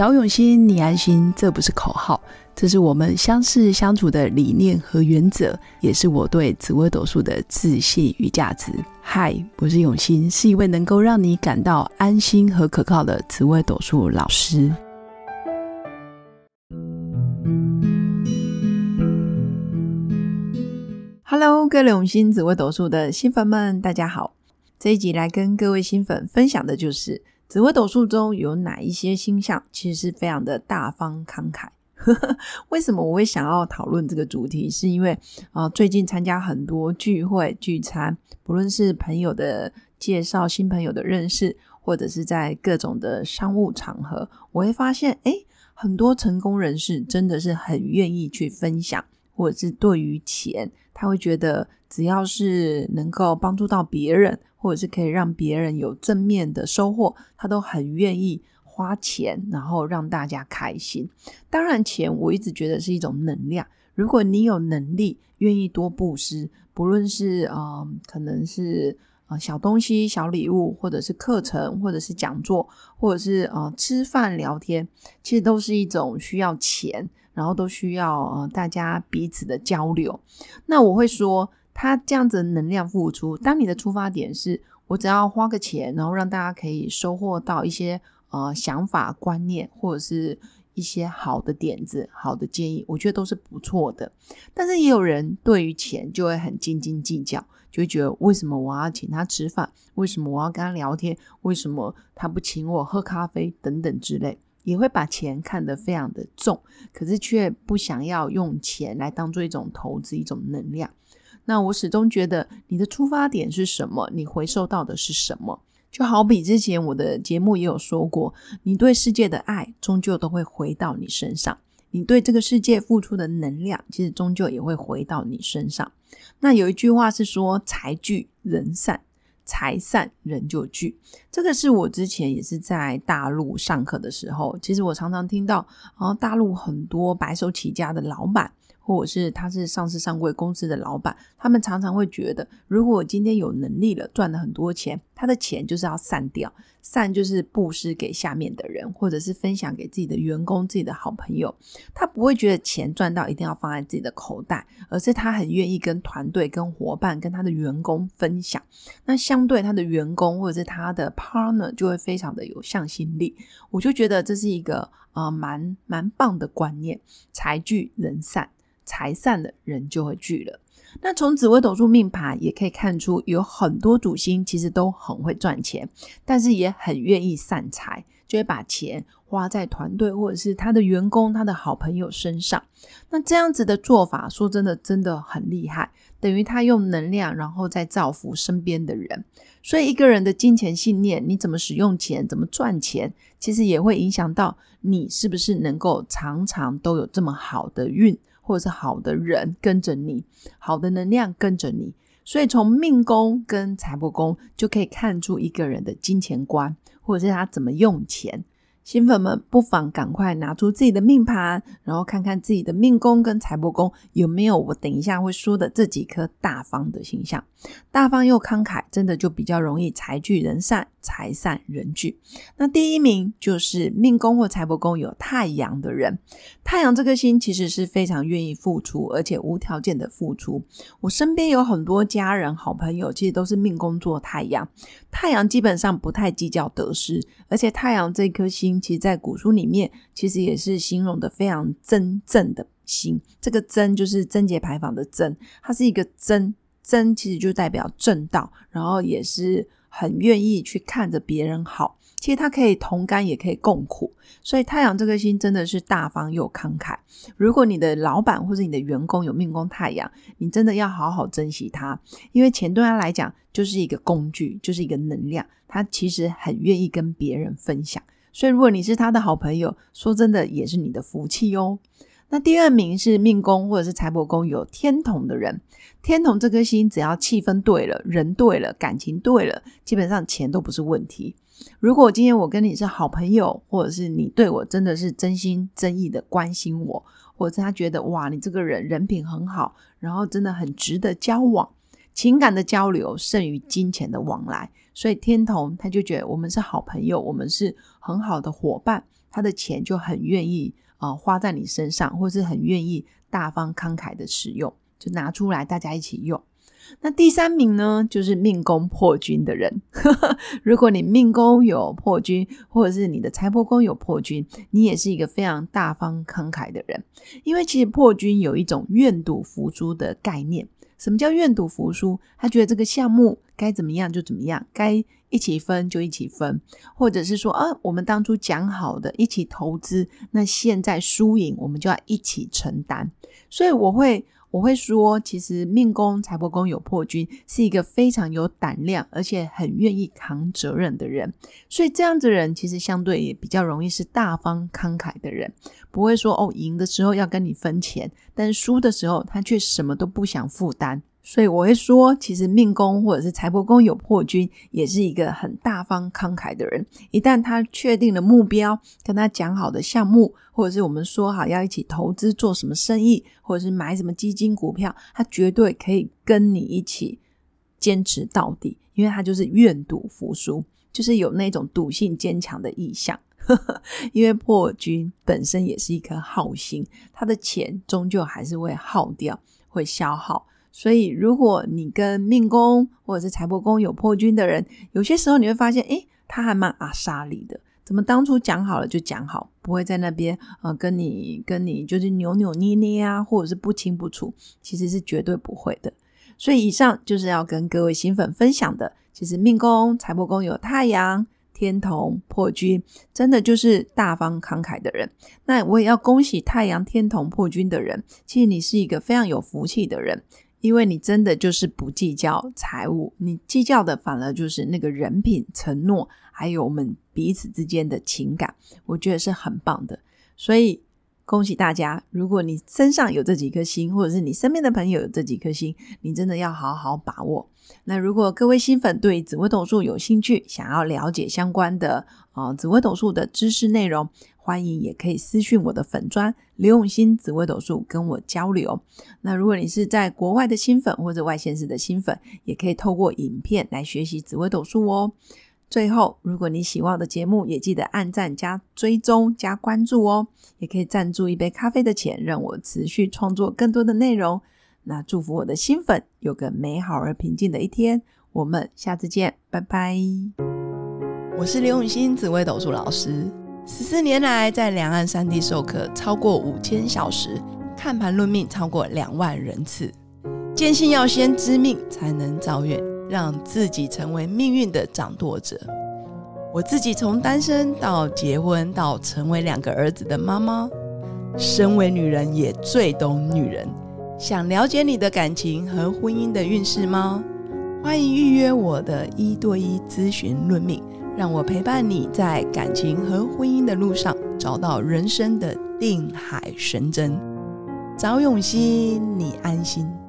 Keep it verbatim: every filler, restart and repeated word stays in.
找永新，你安心，这不是口号，这是我们相识相处的理念和原则，也是我对紫微斗数的自信与价值。嗨，我是永新，是一位能够让你感到安心和可靠的紫微斗数老师。Hello， 各位永新紫微斗数的新粉们，大家好。这一集来跟各位新粉分享的就是紫微斗数中有哪一些星象其实是非常的大方慷慨。为什么我会想要讨论这个主题，是因为、呃、最近参加很多聚会聚餐，不论是朋友的介绍、新朋友的认识，或者是在各种的商务场合，我会发现诶很多成功人士真的是很愿意去分享，或者是对于钱他会觉得只要是能够帮助到别人，或者是可以让别人有正面的收获，他都很愿意花钱然后让大家开心。当然钱我一直觉得是一种能量，如果你有能力愿意多布施，不论是、呃、可能是、呃、小东西小礼物，或者是课程，或者是讲座，或者是、呃、吃饭聊天，其实都是一种需要钱，然后都需要、呃、大家彼此的交流。那我会说他这样子的能量付出，当你的出发点是我只要花个钱，然后让大家可以收获到一些呃想法观念，或者是一些好的点子好的建议，我觉得都是不错的。但是也有人对于钱就会很斤斤计较，就会觉得为什么我要请他吃饭，为什么我要跟他聊天，为什么他不请我喝咖啡等等之类，也会把钱看得非常的重，可是却不想要用钱来当做一种投资，一种能量。那我始终觉得你的出发点是什么，你回收到的是什么。就好比之前我的节目也有说过，你对世界的爱终究都会回到你身上，你对这个世界付出的能量其实终究也会回到你身上。那有一句话是说财聚人散，财散人就聚，这个是我之前也是在大陆上课的时候，其实我常常听到、啊、大陆很多白手起家的老板，或者是他是上市上柜公司的老板，他们常常会觉得如果我今天有能力了，赚了很多钱，他的钱就是要散掉，散就是布施给下面的人，或者是分享给自己的员工自己的好朋友。他不会觉得钱赚到一定要放在自己的口袋，而是他很愿意跟团队跟伙伴跟他的员工分享，那相对他的员工或者是他的 partner 就会非常的有向心力。我就觉得这是一个呃蛮蛮棒的观念，财聚人散，财散了人就会聚了。那从紫微斗数命盘也可以看出，有很多主星其实都很会赚钱，但是也很愿意散财，就会把钱花在团队或者是他的员工他的好朋友身上。那这样子的做法说真的真的很厉害，等于他用能量然后再造福身边的人。所以一个人的金钱信念，你怎么使用钱，怎么赚钱，其实也会影响到你是不是能够常常都有这么好的运，或者是好的人跟着你，好的能量跟着你。所以从命宫跟财帛宫就可以看出一个人的金钱观，或者是他怎么用钱。新粉们不妨赶快拿出自己的命盘，然后看看自己的命宫跟财帛宫有没有我等一下会说的这几颗大方的形象。大方又慷慨，真的就比较容易财聚人散，财散人聚。那第一名就是命宫或财帛宫有太阳的人。太阳这颗星其实是非常愿意付出，而且无条件的付出。我身边有很多家人好朋友其实都是命宫做太阳，太阳基本上不太计较得失，而且太阳这颗星其实在古书里面其实也是形容的非常真正的星。这个真就是贞节牌坊的真，它是一个真，真其实就代表正道，然后也是很愿意去看着别人好，其实他可以同甘也可以共苦。所以太阳这颗星真的是大方又慷慨。如果你的老板或者你的员工有命宫太阳，你真的要好好珍惜他，因为钱对他来讲就是一个工具，就是一个能量，他其实很愿意跟别人分享。所以如果你是他的好朋友，说真的也是你的福气哦。那第二名是命宫或者是财帛宫有天同的人。天同这颗星只要气氛对了，人对了，感情对了，基本上钱都不是问题。如果今天我跟你是好朋友，或者是你对我真的是真心真意的关心我，或者是他觉得哇你这个人人品很好，然后真的很值得交往，情感的交流胜于金钱的往来， 所以天同他就觉得我们是好朋友，我们是很好的伙伴，他的钱就很愿意、呃、花在你身上，或是很愿意大方慷慨的使用，就拿出来大家一起用。那第三名呢，就是命宫破军的人如果你命宫有破军，或者是你的财帛宫有破军，你也是一个非常大方慷慨的人。因为其实破军有一种愿赌服输的概念。什么叫愿赌服输？他觉得这个项目该怎么样就怎么样，该一起分就一起分，或者是说啊，我们当初讲好的一起投资，那现在输赢我们就要一起承担。所以我会我会说，其实命宫财帛宫有破军是一个非常有胆量而且很愿意扛责任的人，所以这样子的人其实相对也比较容易是大方慷慨的人，不会说哦，赢的时候要跟你分钱，但是输的时候他却什么都不想负担。所以我会说，其实命宫或者是财帛宫有破军也是一个很大方慷慨的人，一旦他确定了目标，跟他讲好的项目，或者是我们说好要一起投资做什么生意，或者是买什么基金股票，他绝对可以跟你一起坚持到底，因为他就是愿赌服输，就是有那种赌性坚强的意向因为破军本身也是一颗耗星，他的钱终究还是会耗掉，会消耗。所以如果你跟命宫或者是财帛宫有破军的人，有些时候你会发现诶，他还蛮阿莎里的，怎么当初讲好了就讲好，不会在那边呃跟你跟你就是扭扭捏捏啊，或者是不清不楚，其实是绝对不会的。所以以上就是要跟各位新粉分享的，其实命宫财帛宫有太阳天同破军，真的就是大方慷慨的人。那我也要恭喜太阳天同破军的人，其实你是一个非常有福气的人，因为你真的就是不计较财务，你计较的反而就是那个人品承诺，还有我们彼此之间的情感，我觉得是很棒的。所以恭喜大家，如果你身上有这几颗星，或者是你身边的朋友有这几颗星，你真的要好好把握。那如果各位新粉对紫微斗数有兴趣，想要了解相关的、呃、紫微斗数的知识内容，欢迎也可以私讯我的粉专刘永新紫微斗数跟我交流。那如果你是在国外的新粉或者外县市的新粉，也可以透过影片来学习紫微斗数哦。最后，如果你喜欢我的节目，也记得按赞加追踪加关注哦，也可以赞助一杯咖啡的钱，让我持续创作更多的内容。那祝福我的新粉有个美好而平静的一天，我们下次见，拜拜。我是刘永新紫微斗数老师，十四年来在两岸三地授课超过五千小时，看盘论命超过两万人次，坚信要先知命才能造运，让自己成为命运的掌舵者。我自己从单身到结婚到成为两个儿子的妈妈，身为女人也最懂女人。想了解你的感情和婚姻的运势吗？欢迎预约我的一对一咨询论命，让我陪伴你在感情和婚姻的路上找到人生的定海神针。找永熙，你安心。